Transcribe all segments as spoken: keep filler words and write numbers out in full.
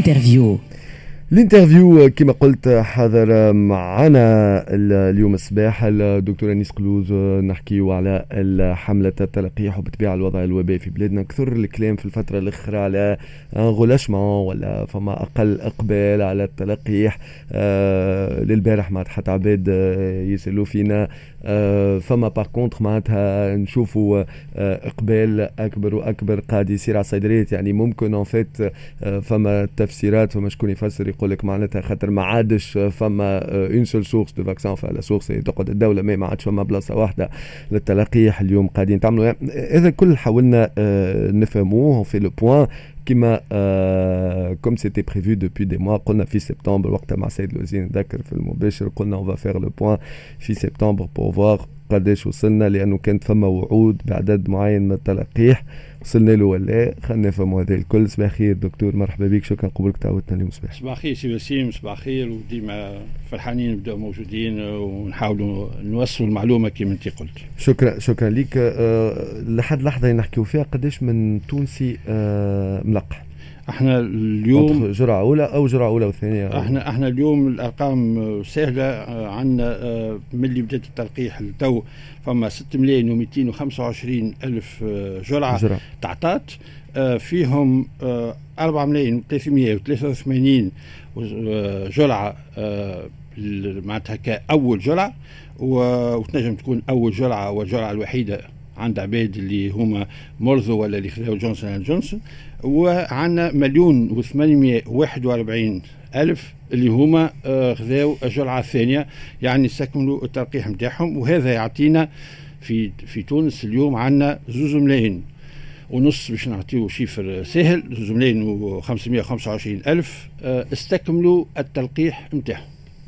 الانترفيو. الانترفيو كما قلت حاضر معنا اليوم الصباح الدكتور أنيس قلوز، نحكيو على حملة التلقيح وبطبيعة الوضع الوبائي في بلادنا. كثر الكلام في الفترة الأخرى على غولاشمون ولا فما أقل إقبال على التلقيح. آه للبارح معناتها حتى عباد يسألوا فينا آه فما باغ كونتر معناتها نشوفوا آه إقبال أكبر وأكبر قاعد يصير على الصيدليات. يعني ممكن ان فيت آه فما تفسيرات، فما شكون يفسر يقول لك معناتها خاطر ما عادش فما اون سول سورس دو فاكسان، فلا سورس تقعد الدوله ما عادش فما بلاصه واحده للتلقيح. اليوم قاعدين تعملوا هذا الكل، حاولنا آه نفهموه في لو بوين كما آه كوم سيتي بريفو دوبوي دي موا. قلنا في سبتمبر وقتها مع سيد الوزير نذكر في المباشر، قلنا اون فا فير لو بوين في سبتمبر بور فوار قداش وصلنا، لانه كانت فما وعود بعدد معين من التلقيح وصلنا له ولا. خلينا نفهموا هذا الكل. صباح خير دكتور، مرحبا بك، شكرا قبولك تعودتنا اليوم. صباح صباح خير سي وسيم، صباح خير، وديما فرحانين نبداو موجودين ونحاولوا نوصلوا المعلومه كما انت قلت. شكرا شكرا لك. أه لحد لحظه نحكيو فيها قداش من تونسي أه ملقح؟ احنا اليوم جرعه اولى او جرعه اولى وثانيه؟ احنا احنا اليوم الارقام سهله عندنا. من اللي بدات التلقيح للتو فما ستة ملايين ومئتين وخمسة وعشرين الف جرعه, جرعة. تعطات فيهم أربعة ملايين وثلاثمائة وثلاثة وثمانين جرعه معناتها كاول جرعه، وتنجم تكون اول جرعه والجرعه الوحيده عند عباد اللي هما مرضوا ولا اللي خذوا جونسون اند جونسون. وعندنا مليون وثمانمائة وواحد وأربعين ألف اللي هما خذوا الجرعة الثانية، يعني استكملوا التلقيح متاعهم. وهذا يعطينا في في تونس اليوم عندنا زوز ملايين ونص، باش نعطيو شيفر سهل، زوز ملايين وخمسمائة وخمسة وعشرين ألف استكملوا التلقيح متاعهم.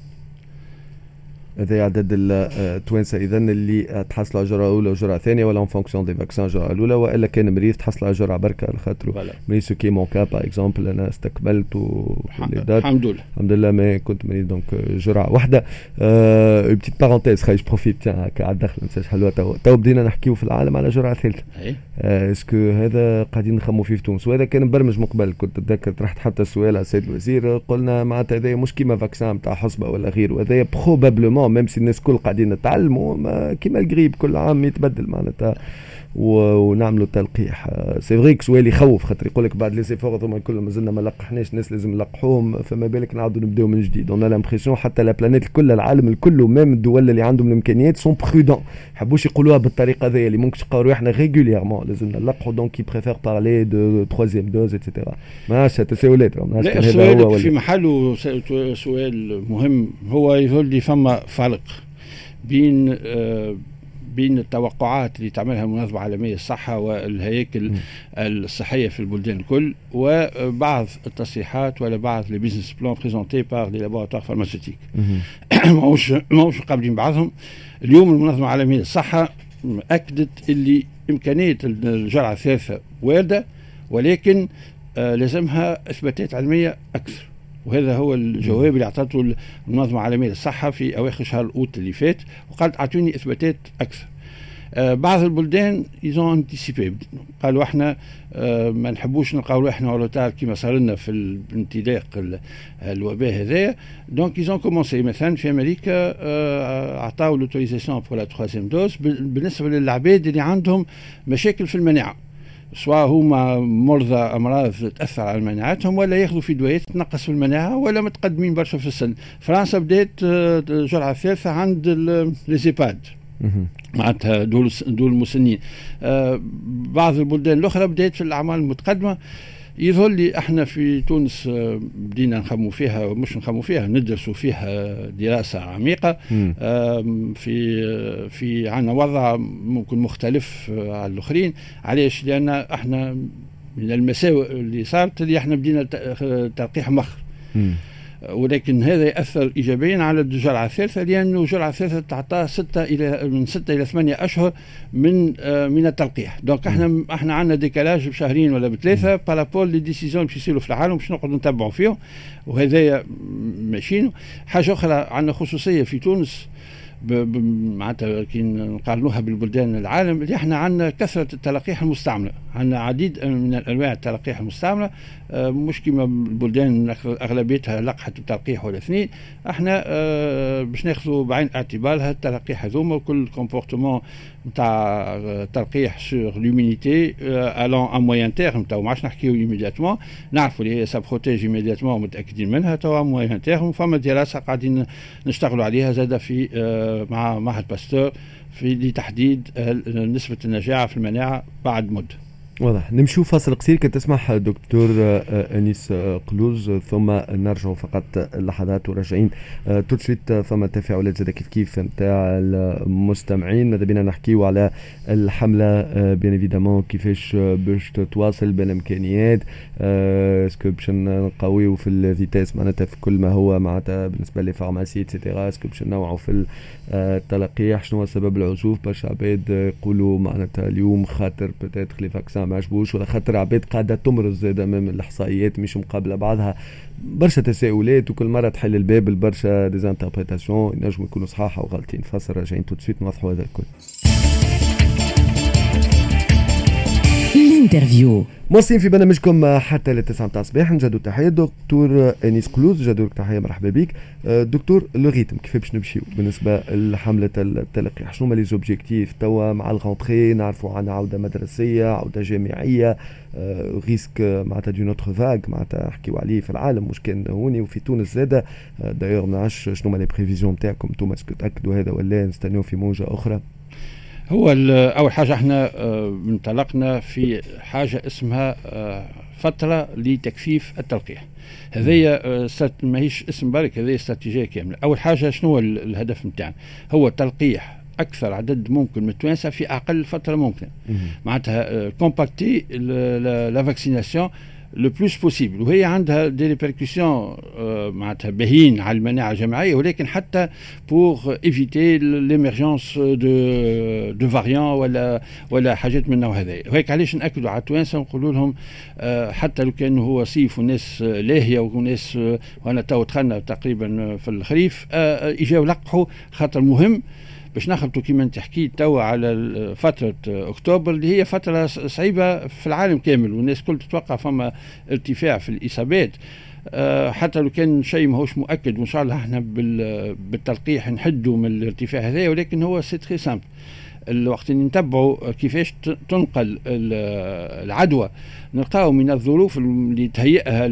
هذا عدد التوانسه اذا اللي تحصلوا على جرعه اولى وجرعه ثانيه، ولا اون فونكسيون دي فاكسان جرعه الاولى، والا كان مريض تحصل على جرعه بركه على خاطر مريض سو كي مون كا باغ اكزومبل انا استكملت وليدات الحمد لله الحمد لله ما كنت مريض دونك جرعه واحده. أه بتيت بارونتيز خايش بروفيت تاع على الدخل مساج حلوه. تو تو بدينا نحكيو في العالم على جرعه ثالثه. أه اسكو هذا قاعدين نخمو فيه في تونس؟ وهذا كان مبرمج مقبل. كنت اتذكر طرحت حتى السؤال على السيد الوزير، قلنا معناتها هذا مش كيما فاكسان تاع حصبه ولا غيره، هذا بروبابلمون ميم سي الناس كل قاعدين نتعلموا كيما القريب كل عام يتبدل معناتها ونعملوا تلقيح. سي فريك سؤال يخوف، خاطر يقول لك بعد لي سيفور ثم كل ما زلنا ما لقحناش الناس لازم نلقحوهم، فما بالك نعاودوا نبداو من جديد. اون لامبريسيون حتى لا بلانيت الكل العالم الكل ومام الدول اللي عندهم الامكانيات سون برودون، حبوش يقولوها بالطريقه هذه اللي ممكن تلقاو روحنا ريغوليرمون لازم نلقحوا، دونك كي بريفير بارلي دو ترويزيام دوز ايتترا. ماشي تساؤلات. لا السؤال في محله سؤال مهم. هو يظل لي فما فرق بين آه بين التوقعات اللي تعملها المنظمة العالمية للصحة والهياكل م. الصحية في البلدان الكل، وبعض التصريحات ولا بعض لي بيزنس بلان بريزونتي بار دي لابوراتوار فارماسيوتيك ماهوش ماهوش قابلين بعضهم. اليوم المنظمة العالمية للصحة أكدت اللي إمكانية الجرعة الثالثة واردة، ولكن آه لازمها إثباتات علمية أكثر. وهذا هو الجواب اللي اعطته المنظمة العالمية للصحة في أواخر شهر أوت اللي فات، وقالت أعطوني إثباتات أكثر. آه بعض البلدان يزون انتيسيبي، قالوا احنا آه ما نحبوش نلقاو روحنا روتار كما صار لنا في الانطلاق الوباء هذايا. دونك يزون كومونسي مثلا في أمريكا آه أعطاو لوتوريزاسيون بور لا تروازيام دوز بالنسبة للعباد اللي عندهم مشاكل في المناعة، سواء هما مرضى أمراض تأثر على مناعتهم ولا ياخذوا في دوايات تنقص في المناعة ولا متقدمين برشا في السن. فرنسا بدات الجرعة الثالثة عند ليزيباد معناتها دول دول المسنين. آه بعض البلدان الأخرى بدات في الأعمال المتقدمة. يظل لي احنا في تونس بدينا نخمو فيها، مش نخمو فيها ندرسوا فيها دراسة عميقة. في في عنا وضع ممكن مختلف على الآخرين. علاش؟ لأن احنا من المساوئ اللي صارت اللي احنا بدينا تلقيح مخر، ولكن هذا يأثر إيجابيا على الجرعة الثالثة، لأنه الجرعة الثالثة تعطى ستة إلى من ستة إلى ثمانية أشهر من آه من التلقيح. دونك احنا احنا عندنا ديكالاج بشهرين ولا بثلاثة بارابول لي ديسيزيون باش يصيروا في العالم باش نقعدوا نتبعوا فيهم، وهذايا ماشيين. حاجة أخرى عندنا خصوصية في تونس، معناتها كي نقارنوها بالبلدان العالم اللي احنا عندنا كثره التلقيح المستعمله، عندنا عديد من انواع التلقيح المستعمله، مش كما البلدان اغلبيتها لقحت التلقيح ولا اثنين. احنا باش ناخذوا بعين اعتبارها التلقيح هذوما وكل كومبورتمون نتاع تلقيح سور لومينيتي الون ا موين تيرم. تو ما عادش نحكيو ايميدياتمون، نعرفوا اللي هي سا بروتيج ايميدياتمون متاكدين منها. تو موين تيرم فما دراسه قاعدين نشتغلوا عليها زاده في مع معهد باستور في لتحديد نسبه النجاعه في المناعه بعد مده. واضح. نمشيو فاصل قصير كي تسمح دكتور انيس قلوز، ثم نرجع فقط لحظات وراجعين تو سويت. فما تفاعلات زاد كيف كيف نتاع المستمعين. ماذا بينا نحكيو على الحمله بيان ايفيدامون كيفاش باش تتواصل بالامكانيات، اسكو باش نقويو في الفيتاس معناتها في كل ما هو معناتها بالنسبه لي فارماسي اتسيتيرا، اسكو باش نوعوا في التلقيح، شنو هو سبب العزوف؟ برشا عباد يقولوا معناتها اليوم خاطر بتاتر لي فاكسان ما عجبوش، ولا خاطر عباد قاعده تمرض زاد امام الاحصائيات مش مقابله بعضها. برشا تساؤلات وكل مره تحل الباب لبرشا ديزانتربريتاسيون ينجموا يكونوا صحاح او غلطين. فاصل راجعين تو سويت نوضحوا هذا الكل. الانترفيو موصلين في برنامجكم حتى للتسعة متاع الصباح. نجدو تحية دكتور انيس قلوز، جدو لك تحية، مرحبا بك دكتور. لو ريتم كيف باش نمشيو بالنسبة لحملة التلقيح؟ شنو هما لي زوبجيكتيف توا مع الغونتري؟ نعرفوا عن عودة مدرسية، عودة جامعية، ريسك معناتها دون اوتر فاغ معناتها نحكيو عليه في العالم، مش كان هوني وفي تونس زادة. دايوغ ما نعرفش شنو هما لي بريفيزيون نتاعكم انتوما، اسكو تأكدوا هذا ولا نستناو في موجة أخرى؟ هو اول حاجه احنا انطلقنا في حاجه اسمها فتره لتكثيف التلقيح. هذه ماهيش اسم برك، هذه استراتيجيه كامله. اول حاجه شنو هو الهدف نتاعنا؟ هو تلقيح اكثر عدد ممكن من التوانسه في اقل فتره ممكنه، معناتها كومباكتي لا فاكسيناسيون لو بلوس بوسيبل. وهي عندها دي ريبركسيون معناتها باهين على المناعه الجماعيه، ولكن حتى بور ايفيتي ليميرجونس دو دو فاريون ولا ولا حاجات من النوع هذا. وهيك علاش ناكدوا على التوانسه ونقولوا لهم حتى لو كان هو صيف والناس لاهيه وناس وانا تو دخلنا تقريبا في الخريف اجاو لقحوا، خاطر مهم باش نخلطوا كيما انت حكيت توا على فتره اكتوبر اللي هي فتره صعيبه في العالم كامل، والناس كل تتوقع فما ارتفاع في الاصابات. أه حتى لو كان شيء ماهوش مؤكد، وان شاء الله احنا بالتلقيح نحدوا من الارتفاع هذا، ولكن هو سي تري سامبل. الوقت اللي نتبعوا كيفاش تنقل العدوى نلقاو من الظروف اللي تهيئها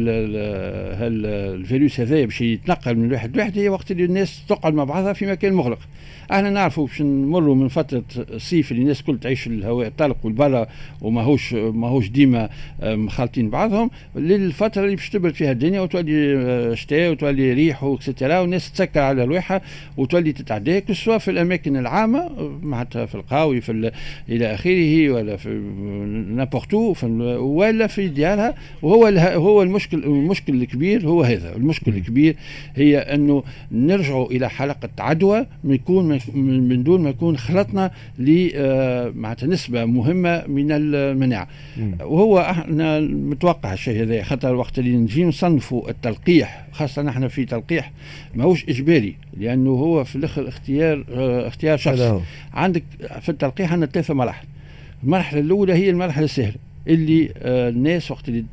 الفيروس هذا باش يتنقل من واحد لواحد، هي وقت اللي الناس تقعد مع بعضها في مكان مغلق. احنا نعرفوا باش نمروا من فتره الصيف اللي الناس كل تعيش الهواء الطلق والبرا وماهوش ماهوش ديما مخالطين بعضهم، للفتره اللي باش تبرد فيها الدنيا وتولي شتاء وتولي ريح وكسيتيرا، والناس تسكر على رواحها وتولي تتعدى سواء في الاماكن العامه معناتها في القاوي في الى اخره، ولا في نابورتو ولا في ديالها. وهو هو المشكل المشكل الكبير هو هذا. المشكل الكبير هي انه نرجعوا الى حلقه عدوى يكون من دون ما يكون خلطنا ل معناتها نسبه مهمه من المناعه. وهو احنا متوقع الشيء هذا، خاطر الوقت اللي نجي نصنفوا التلقيح، خاصه نحن في تلقيح ماهوش اجباري، لانه هو في الاخر اختيار اه اختيار شخصي. عندك في التلقيح عندنا ثلاثه مراحل. المرحله الاولى هي المرحله السهله اللي آه الناس وقت اللي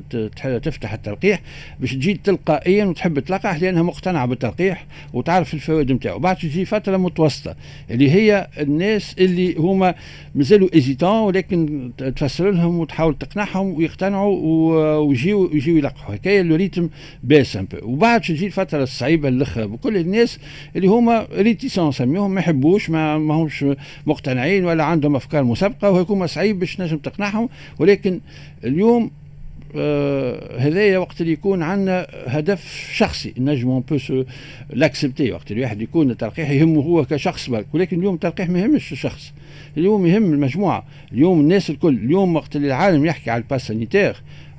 تفتح التلقيح باش تجي تلقائيا وتحب تلقح لانها مقتنعه بالتلقيح وتعرف الفوائد نتاعو. بعد تجي فتره متوسطه اللي هي الناس اللي هما مازالوا ايزيتون، ولكن تفسر لهم وتحاول تقنعهم ويقتنعوا ويجيوا يجيوا يلقحوا. هكايا لو ريتم باس ان بو. وبعد تجي الفتره الصعيبه الاخرى بكل الناس اللي هما ريتيسون نسميهم، ما يحبوش، ما ماهمش مقتنعين ولا عندهم افكار مسبقه، وهيكون صعيب باش نجم تقنعهم. ولكن اليوم آه هذايا وقت اللي يكون عندنا هدف شخصي نجم اون بو لاكسبتي، وقت اللي واحد يكون التلقيح يهمه هو كشخص برك. ولكن اليوم التلقيح ما يهمش الشخص، اليوم يهم المجموعه، اليوم الناس الكل. اليوم وقت اللي العالم يحكي على الباس سانيتير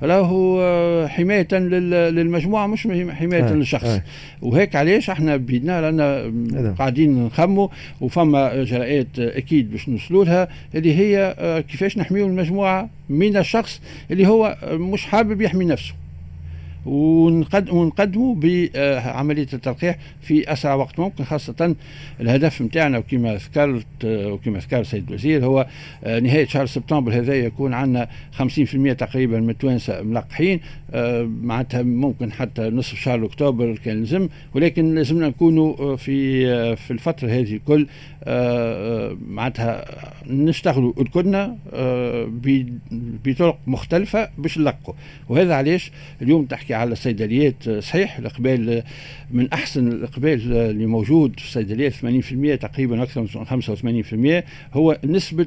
راهو حمايه للمجموعه مش حمايه آه للشخص. آه. وهيك علاش احنا بيدنا رانا قاعدين نخموا وفما جرائات اكيد باش نوصلوا لها، اللي هي كيفاش نحميو المجموعه من الشخص اللي هو مش حابب يحمي نفسه. ونقدموا بعملية التلقيح في أسرع وقت ممكن، خاصة الهدف متاعنا وكما ذكرت وكما ذكر السيد الوزير هو نهاية شهر سبتمبر هذا يكون عندنا خمسين بالمئة تقريبا من التوانسة ملقحين، معناتها ممكن حتى نصف شهر أكتوبر كان لازم، ولكن لازمنا نكونوا في في الفترة هذه الكل معناتها نشتغلوا الكلنا بطرق مختلفة باش نلقوا. وهذا علاش اليوم تحكي على الصيدليات، صحيح الإقبال من أحسن الإقبال اللي موجود في الصيدليات ثمانين بالمئة تقريبا، أكثر من خمسة وثمانين بالمئة هو نسبة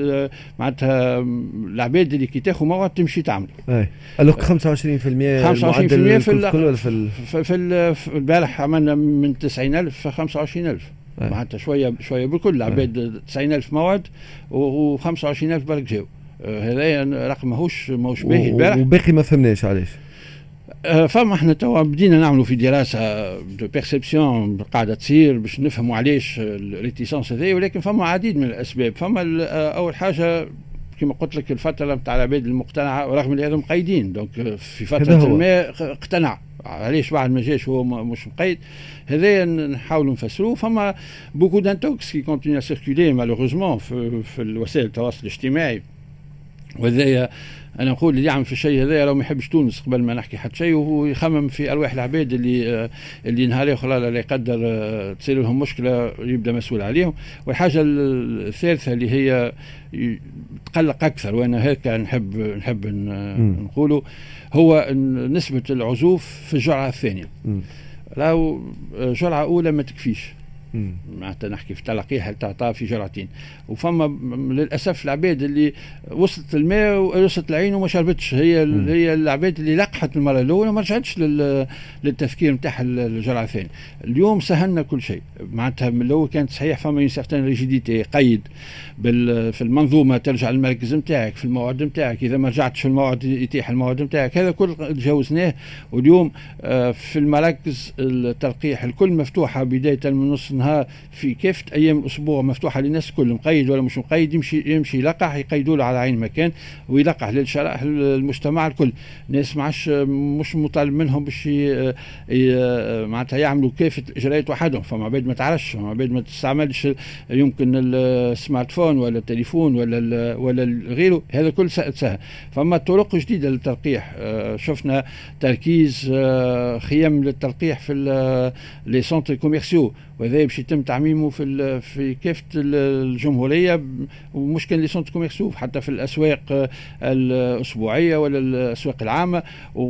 معناتها العباد اللي كي تاخذ موعد تمشي تعمل. أي ألوك خمسة وعشرين بالمئة خمسة وعشرين بالمئة في الكل في في, في, في البارح عملنا من تسعين ألف خمسة وعشرين ألف معناتها شوية شوية بالكل العباد تسعين ألف موعد وخمسة وعشرين ألف بالك جاو. هذا رقم ماهوش ماهوش باهي البارح، وباقي ما فهمناش علاش. فما احنا توا بدينا نعملوا في دراسه دو بيرسيبسيون قاعده تصير باش نفهموا علاش الريتيسونس هذه، ولكن فما عديد من الاسباب. فما اول حاجه كما قلت لك الفتره نتاع العباد المقتنعه، ورغم اللي هذم مقيدين دونك في فتره ما اقتنع علاش بعد ما جاش هو مش مقيد. هذا نحاولوا نفسروه. فما بوكو دانتوكس كي كونتينيو سيركولي مالوغوزمون في, في الوسائل التواصل الاجتماعي، وهذايا انا نقول اللي يعمل في الشيء هذا لو ما يحبش تونس قبل ما نحكي حتى شيء، وهو يخمم في ارواح العباد اللي اللي نهار اخر لا يقدر تصير لهم مشكله يبدا مسؤول عليهم. والحاجه الثالثه اللي هي تقلق اكثر وانا هيك نحب نحب نقوله هو نسبه العزوف في الجرعه الثانيه. لو جرعه اولى ما تكفيش معناتها نحكي في تلقيح تعطى في جرعتين، وفما للاسف العباد اللي وصلت الماء ووصلت العين وما شربتش، هي م. هي العباد اللي لقحت المره الاولى وما رجعتش للتفكير نتاعها الجرعه الثانيه. اليوم سهلنا كل شيء معناتها من الاول كانت صحيح فما اون سيغتان ريجيديتي قيد في المنظومه ترجع للمركز نتاعك في الموعد نتاعك، اذا ما رجعتش في الموعد يتيح الموعد نتاعك، هذا كل تجاوزناه. واليوم في المراكز التلقيح الكل مفتوحه بدايه من نص النهار في كافه ايام الاسبوع مفتوحه للناس الكل، مقيد ولا مش مقيد يمشي يمشي يلقح، يقيدوا له على عين مكان ويلقح للشرائح المجتمع الكل. ناس معش مش مطالب منهم باش معناتها يعملوا كافه الاجراءات وحدهم، فما عباد ما تعرفش، فما عباد ما تستعملش يمكن السمارت فون ولا التليفون ولا ولا غيره، هذا كل سهل. فما طرق جديده للتلقيح، شفنا تركيز خيام للتلقيح في لي سونتر كوميرسيو، وهذا باش يتم تعميمه في في كافه الجمهوريه، ومش كان لي سونتر كوميرسيو حتى في الاسواق الاسبوعيه ولا الاسواق العامه،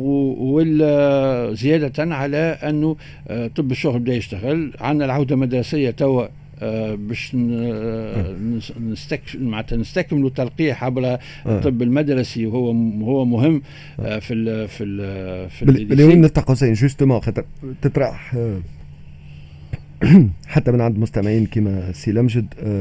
وزياده على انه طب الشغل بدا يشتغل. عندنا العوده المدرسيه توا باش نستكمل معناتها نستكملوا التلقيح عبر الطب المدرسي، وهو هو مهم في ال في ال في اليوم نفتح قوسين جوستومون خاطر تطرح حتى من عند مستمعين كما سي لمجد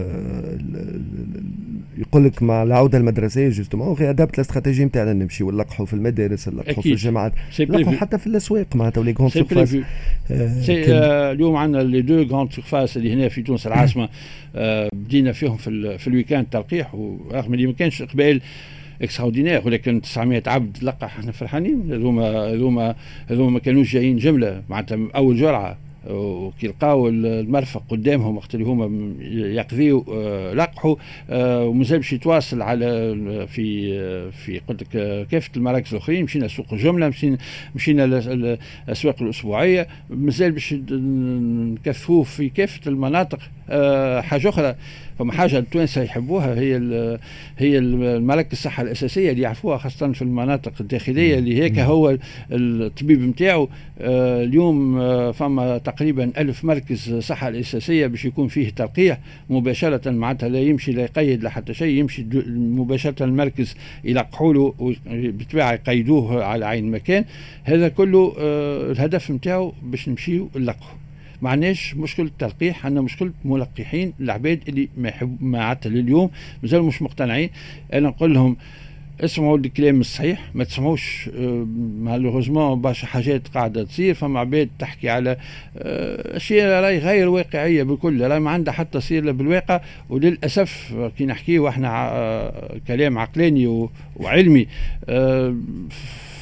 يقول لك مع العوده المدرسيه جوستومون غير ادابت الاستراتيجي نتاعنا نمشي ونلقحوا في المدارس نلقحوا في الجامعات نلقحوا حتى في الاسواق معناتها لي غون سورفاس. اليوم عندنا لي دو غون سورفاس اللي هنا في تونس العاصمه بدينا فيهم في في الويكاند تلقيح، ورغم اللي ما كانش اقبال اكستراوردينير ولكن تسعمائة عبد لقح احنا فرحانين. هذوما هذوما هذوما ما كانوش جايين جمله معناتها اول جرعه، وكي لقاو المرفق قدامهم وقت اللي هما يقضيوا لقحوا، ومازال باش يتواصل على في في قلت لك كافه المراكز الاخرين. مشينا سوق الجمله، مشينا مشينا الاسواق الاسبوعيه، مازال باش نكثفوه في كافه المناطق. حاجه اخرى فما حاجه التوانسه يحبوها هي هي المراكز الصحه الاساسيه اللي يعرفوها خاصه في المناطق الداخليه اللي هيك هو الطبيب نتاعو. اليوم فما تقريبا ألف مركز صحه الاساسيه باش يكون فيه تلقيح مباشره معناتها لا يمشي لا يقيد لا حتى شيء، يمشي مباشره المركز يلقحوا له بالطبيعه يقيدوه على عين مكان. هذا كله الهدف نتاعو باش نمشيو نلقحوا. معناش مشكله التلقيح، عندنا مشكله ملقحين العباد اللي ما يحب معناتها لليوم مازالوا مش مقتنعين. انا نقول لهم اسمعوا الكلام الصحيح، ما تسمعوش مالوغوزمون برشا حاجات قاعده تصير. فما عباد تحكي على اشياء راهي غير واقعيه بالكل، راهي ما عندها حتى تصير بالواقع. وللاسف كي نحكيه واحنا كلام عقلاني وعلمي،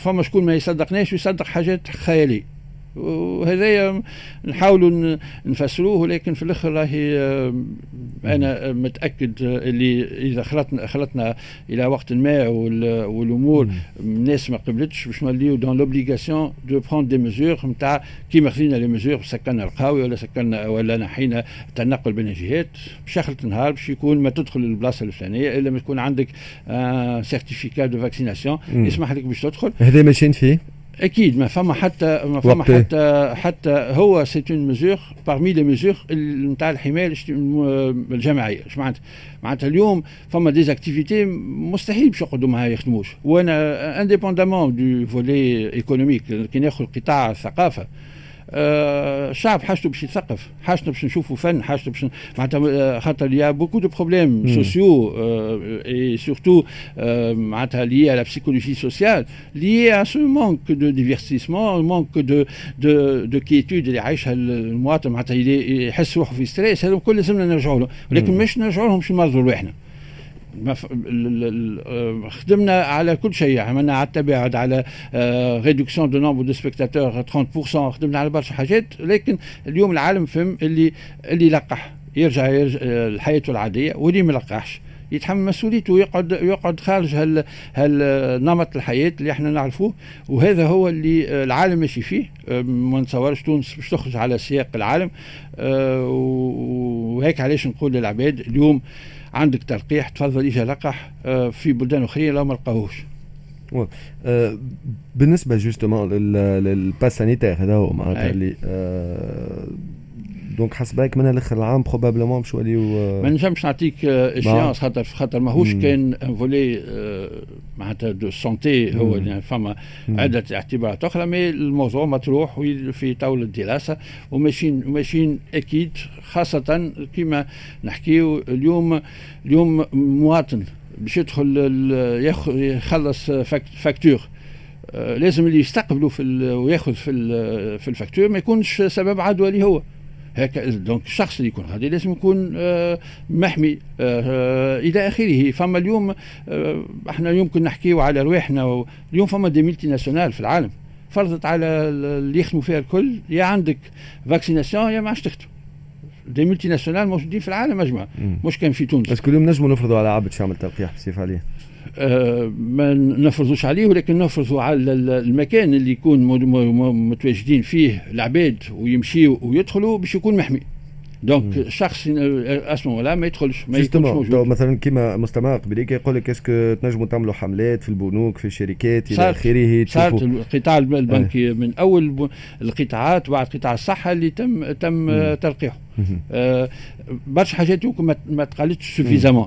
فما شكون ما يصدقناش ويصدق حاجات خياليه، وهذا نحاولوا نفسروه، ولكن في الاخر راهي انا متاكد اللي اذا خلطنا خلطنا الى وقت ما والامور الناس ما قبلتش باش نوليو دون لوبليغاسيون دو بروند دي ميزور نتاع كيما خذينا لي ميزور سكرنا القهاوي ولا سكرنا ولا نحينا التنقل بين الجهات، باش يخلط نهار باش يكون ما تدخل للبلاصه الفلانيه الا ما تكون عندك سيرتيفيكا دو فاكسيناسيون يسمح لك باش تدخل. هذا ماشيين فيه اكيد ما فما حتى ما فما حتى حتى هو سي اون ميزور بارمي لي ميزور نتاع الحمايه الجماعيه. اش معناتها؟ معناتها اليوم فما ديزاكتيفيتي مستحيل باش يقعدوا ما يخدموش، وانا انديبوندامون دو فولي ايكونوميك كي ناخذ قطاع الثقافه الشعب euh, حاجته باش يتثقف، حاجته باش نشوفوا فن، حاجته باش معناتها خاطر يا بوكو دو بروبليم سوسيو اي سورتو معناتها لي على بسيكولوجي سوسيال لي ا سو مانك دو ديفيرتيسمون، مانك دو دو دو كيتود اللي عايشها المواطن، معناتها يحس روحه في ستريس، هذا كل لازمنا نرجعوا له، ولكن مش نرجعوا لهم باش نمرضوا رواحنا. خدمنا على كل شيء، عملنا على التباعد، على ريدكسيون دو نومبر دو سبيكتاتور ثلاثين بالمئة، خدمنا على برشا حاجات، لكن اليوم العالم فهم اللي اللي لقح يرجع, يرجع لحياته العاديه، واللي ما لقحش يتحمل مسؤوليته ويقعد يقعد خارج هال هالنمط الحياه اللي احنا نعرفوه، وهذا هو اللي العالم ماشي فيه. ما نتصورش تونس باش تخرج على سياق العالم، وهيك علاش نقول للعباد اليوم عندك تلقيح تفضل يجي لقح في بلدان اخرين لو ما لقاهوش. بالنسبه جوستومون للباس سانيتير هذا هو معناتها اللي دونك حسبك من الاخر العام بروبابلمون باش يوليو ما نجمش نعطيك اشيانس خاطر خاطر ماهوش كان فولي معناتها دو سونتي هو اللي فما عده اعتبارات اخرى، مي الموضوع مطروح في طاوله الدراسه وماشيين وماشيين اكيد، خاصه كما نحكيو اليوم اليوم مواطن باش يدخل يخلص فاكتور لازم اللي يستقبله في وياخذ في في الفاكتور ما يكونش سبب عدوى اللي هو هكا. دونك الشخص اللي يكون غادي لازم يكون آه محمي آه الى اخره. فما اليوم آه احنا يمكن نحكيو على رواحنا، اليوم فما دي ملتي ناسيونال في العالم فرضت على اللي يخدموا فيها الكل يا عندك فاكسيناسيون يا ما عادش تخدم. دي ملتي ناسيونال موجودين في العالم اجمع، مش كان في تونس. بس كل يوم نجموا نفرضوا على عبد شامل تلقيح بصفه عليه؟ آه ما نفرضوش عليه، ولكن نفرضوا على المكان اللي يكون متواجدين فيه العباد ويمشيوا ويدخلوا باش يكون محمي. دونك شخص اسمه ولا ما يدخلش ما يكونش موجود. مثلا كيما مستمع قبليك يقول لك اسكو تنجموا تعملوا حملات في البنوك في الشركات الى اخره؟ صارت القطاع البنكي آه. من اول القطاعات بعد قطاع الصحه اللي تم تم آه تلقيحه. آه برشا حاجات يمكن ما تقالتش سوفيزامون.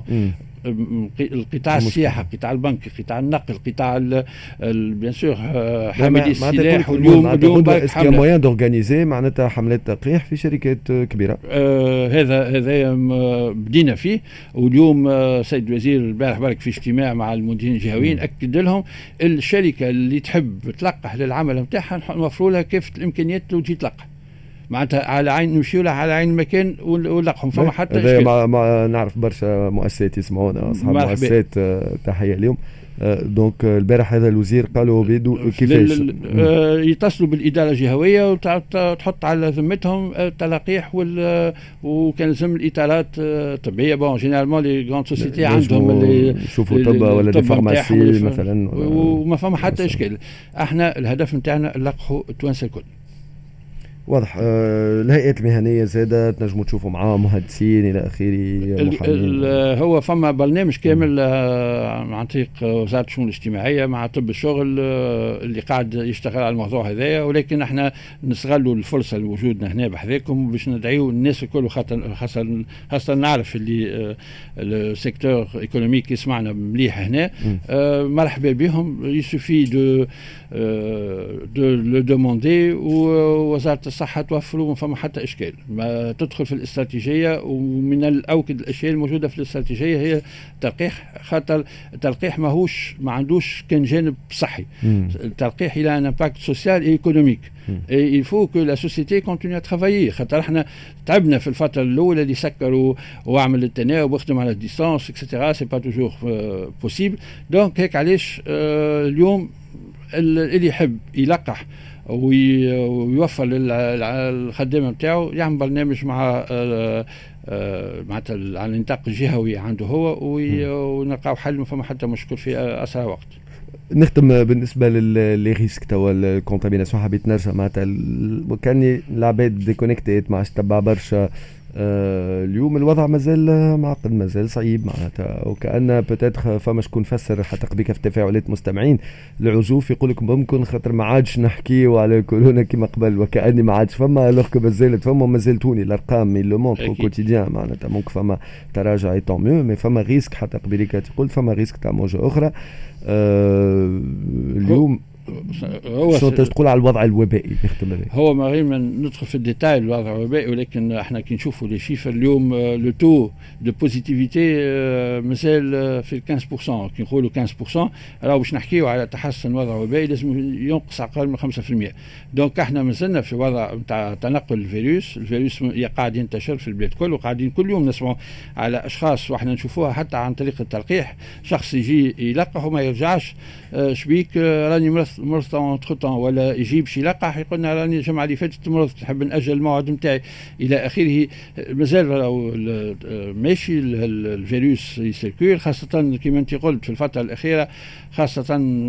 القطاع السياحه، قطاع البنك، قطاع النقل، قطاع بيان سور حاملي السلاح. واليوم اليوم اسكو موان دورغانيزي معناتها حملات تلقيح في شركات كبيره. آه هذا هذا بدينا فيه، واليوم آه سيد الوزير البارح برك في اجتماع مع المديرين الجهويين اكد لهم الشركه اللي تحب تلقح للعمل نتاعها نوفروا لها كافه الامكانيات وتجي تلقح، معناتها على عين نمشيو لها على عين المكان ونلقحهم. فما حتى اشكال. ما, ما نعرف برشا مؤسسات يسمعونا اصحاب مؤسسات تحيه اليوم. دونك البارح هذا الوزير قالوا بيدو كيفاش يتصلوا بالاداره الجهويه وتحط على ذمتهم التلقيح وكان لازم الاطارات الطبيه. بون جينيرالمون لي غراند سوسيتي عندهم اللي يشوفوا طب ولا دي فارماسي مثلا، وما فما حتى اشكال. احنا الهدف نتاعنا نلقحوا التوانسه الكل. واضح. آه الهيئات المهنيه زاده تنجموا تشوفوا معاه مهندسين الى اخره، محامين. هو فما برنامج كامل عن طريق وزاره الشؤون الاجتماعيه مع طب الشغل آه اللي قاعد يشتغل على الموضوع هذايا، ولكن احنا نستغلوا الفرصه اللي وجودنا هنا بحذاكم باش ندعيو الناس الكل، خاصه خاصه نعرف اللي آه السيكتور ايكونوميك يسمعنا مليح هنا. آه مرحبا بهم، يسوفي دو دو لو دوموندي ووزاره الصحة توفروا، ما فما حتى إشكال. ما تدخل في الاستراتيجية، ومن الأوكد الأشياء الموجودة في الاستراتيجية هي التلقيح، خاطر التلقيح ماهوش ما عندوش كان جانب صحي. التلقيح إلى ان امباكت سوسيال اي ايكونوميك، اي il faut que la société continue à travailler. خاطر احنا تعبنا في الفترة الأولى اللي سكروا وعمل التناوب واخدم على الديستانس اكسترا، سي با توجور بوسيبل. دونك هيك علاش آه اليوم اللي يحب يلقح ويوفر للخدامه نتاعو يعمل برنامج مع معناتها على النطاق الجهوي عنده هو ونلقاو حل ما فما حتى مشكل في اسرع وقت. نختم بالنسبه للي ريسك توا الكونتاميناسيون، حبيت نرجع معناتها وكان العباد ديكونيكتيت ما عادش تبع برشا. آه اليوم الوضع مازال معقد، مازال صعيب معناتها، وكأن بتاتخ فما شكون فسر حتى قبيكه في تفاعلات مستمعين العزوف يقول لك ممكن خاطر ما عادش نحكيو على كورونا كما قبل، وكأني ما عادش فما لوك مازالت فما مازال توني الارقام لو مونتر كوتيديان معناتها ممكن فما تراجع اي طون ميو، مي فما ريسك حتى قبيلك تقول فما ريسك تاع موجه اخرى. آه اليوم هو شو تقول على الوضع الوبائي؟ هو ما غير ما ندخل في الديتاي الوضع الوبائي، ولكن احنا كي نشوفوا لي شيفر اليوم لو تو دو بوزيتيفيتي مازال في خمسة بالمئة. كي نقولوا خمسة بالمئة راهو باش نحكيوا على تحسن الوضع الوبائي لازم ينقص اقل من خمسة بالمئة. دونك احنا مازلنا في وضع نتاع تنقل الفيروس، الفيروس قاعد ينتشر في البلاد كله، وقاعدين كل يوم نسمعوا على اشخاص واحنا نشوفوها حتى عن طريق التلقيح، شخص يجي يلقح وما يرجعش شبيك راني مرض مرض انتر ولا يجيب شي لقح يقولنا راني الجمعه اللي فاتت مرض نحب ناجل الموعد نتاعي الى اخره. مازال ماشي الفيروس يسيركول، خاصه كما انت قلت في الفتره الاخيره، خاصه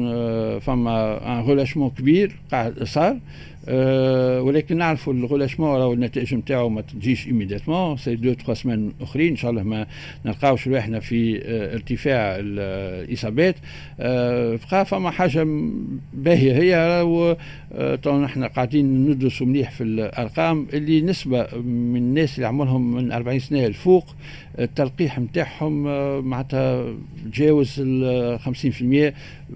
فما ان ريلاشمون كبير قاعد صار. أه ولكن نعرفوا الغلاشمون راهو النتائج نتاعو ما تجيش ايميديتمون، سي دو تخوا سمان اخرين ان شاء الله ما نلقاوش رواحنا في اه ارتفاع الاصابات. أه بقى فما حاجه باهيه هي اه احنا قاعدين ندرسوا مليح في الارقام اللي نسبه من الناس اللي عمرهم من أربعين سنه الفوق التلقيح نتاعهم اه معناتها تجاوز ال خمسين بالمئة،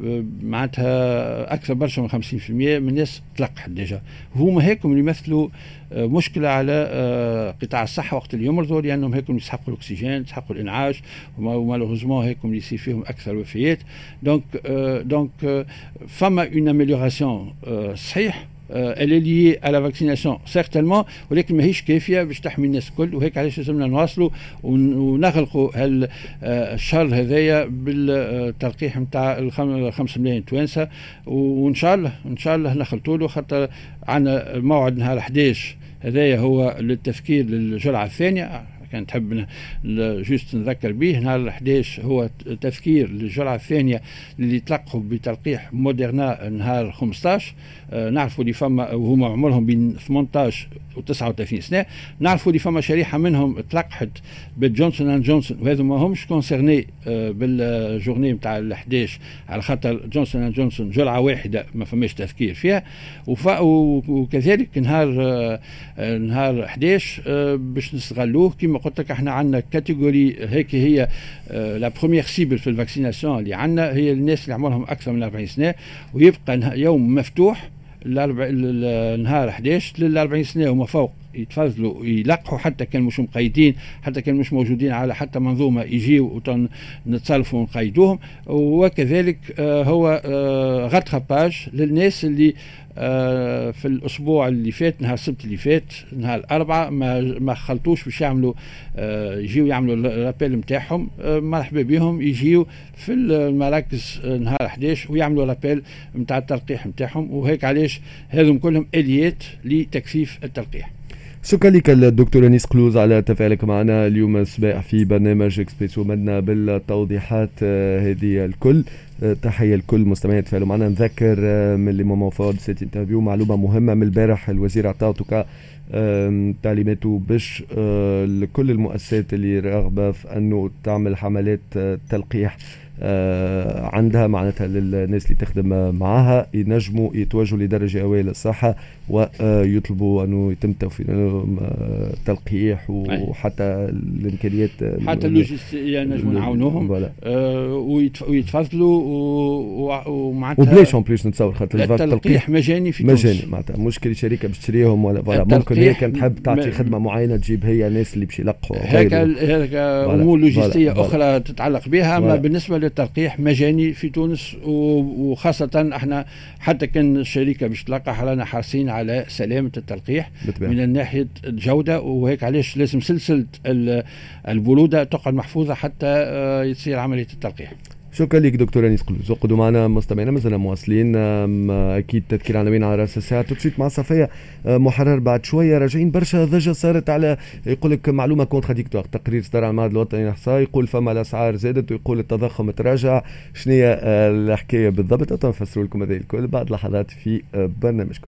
معناتها اكثر برشا من خمسين بالمئة من الناس تلقح ديجا. هما هيكم اللي يمثلوا مشكله على قطاع الصحه وقت اللي يمرضوا، لانهم هيكم يسحقوا الاكسجين، يسحقوا الانعاش، ومالوغوزمون هيكم اللي يصير فيهم اكثر وفيات. دونك دونك فما اون اميليوراسيون صحيح elle est liée à la vaccination certainement، ولكن ماهيش كافيه باش تحمي الناس الكل، وهيك علاش لازمنا نواصلوا ونغلقوا الشهر هذايا بالتلقيح نتاع الخمسة ملايين توانسه، وان شاء الله ان شاء الله نخلطوا له، خاطر عندنا موعد نهار أحد عشر هذايا هو للتفكير للجرعه الثانيه. كان تحب جوست نذكر به نهار أحد عشر هو تذكير للجرعه الثانيه اللي تلقحوا بتلقيح موديرنا نهار خمسطاش. آه نعرفوا اللي فما وهما عمرهم بين ثمنطاش و تسعة وثلاثين سنه، نعرفوا اللي فما شريحه منهم تلقحت بالجونسون اند جونسون، وهذو ما همش كونسيرني آه بالجورني نتاع أحد عشر على خاطر جونسون اند جونسون جرعه واحده ما فماش تذكير فيها. وكذلك نهار آه نهار أحد عشر آه باش نستغلوه كما قلت لك. احنا عندنا كاتيجوري هيك هي آه لا بروميير سيبل في الفاكسيناسيون اللي عندنا هي الناس اللي عمرهم اكثر من أربعين سنه، ويبقى يوم مفتوح النهار أحد عشر لل أربعين سنه وما فوق يتفضلوا يلقحوا، حتى كان مش مقيدين، حتى كان مش موجودين على حتى منظومه يجيوا ونتصرفوا ونقيدوهم. وكذلك آه هو آه غاتراباج للناس اللي آه في الاسبوع اللي فات نهار السبت اللي فات نهار الاربعاء ما ما خلطوش باش يعملوا آه يجيوا يعملوا الرابيل نتاعهم. آه مرحبا بهم يجيوا في المراكز آه نهار أحد عشر ويعملوا رابيل نتاع التلقيح نتاعهم، وهيك علاش هذم كلهم اليات لتكثيف التلقيح. شكرا لك الدكتور أنيس قلوز على تفاعلك معنا اليوم الصباح في برنامج اكسبريسو مدنا بالتوضيحات هذه الكل. تحية لكل مستمعين تفاعلوا معنا. نذكر من اللي مومون فور سيت انترفيو معلومة مهمة من البارح، الوزير عطاوتك تعليماته باش لكل المؤسسات اللي راغبة في أنه تعمل حملات تلقيح عندها معناتها للناس اللي تخدم معها ينجموا يتوجهوا لدرجة أولى الصحة ويطلبوا أنه يتم توفير لهم تلقيح، وحتى الإمكانيات حتى اللوجستية ينجموا نعاونوهم ويتفضلوا ومعناتها وبلاش بلاش نتصور خاطر التلقيح مجاني في تونس مجاني معناتها مشكل الشركة باش تشريهم ولا فوالا ممكن هي كانت تحب تعطي خدمة معينة تجيب هي الناس اللي باش يلقحوا هيك هيك أمور لوجستية أخرى تتعلق بها. أما بالنسبة للتلقيح مجاني في تونس، وخاصة احنا حتى كان الشركة باش تلقح رانا حريصين على سلامة التلقيح بتبع. من الناحية الجودة، وهيك علاش لازم سلسلة البرودة تقعد محفوظة حتى يصير عملية التلقيح. شكرا لك دكتور انيس قلوز. وقعدوا معنا مستمعينا مازلنا مواصلين. اكيد تذكير عناوين على راس الساعه تبسيط مع صفيه محرر. بعد شويه راجعين برشا ضجه صارت على يقول لك معلومه كونتراديكتوار. تقرير صدر على المعهد الوطني للاحصاء يقول فما الاسعار زادت ويقول التضخم تراجع. شنو هي الحكايه بالضبط؟ تنفسروا لكم هذه الكل بعد لحظات في برنامجكم.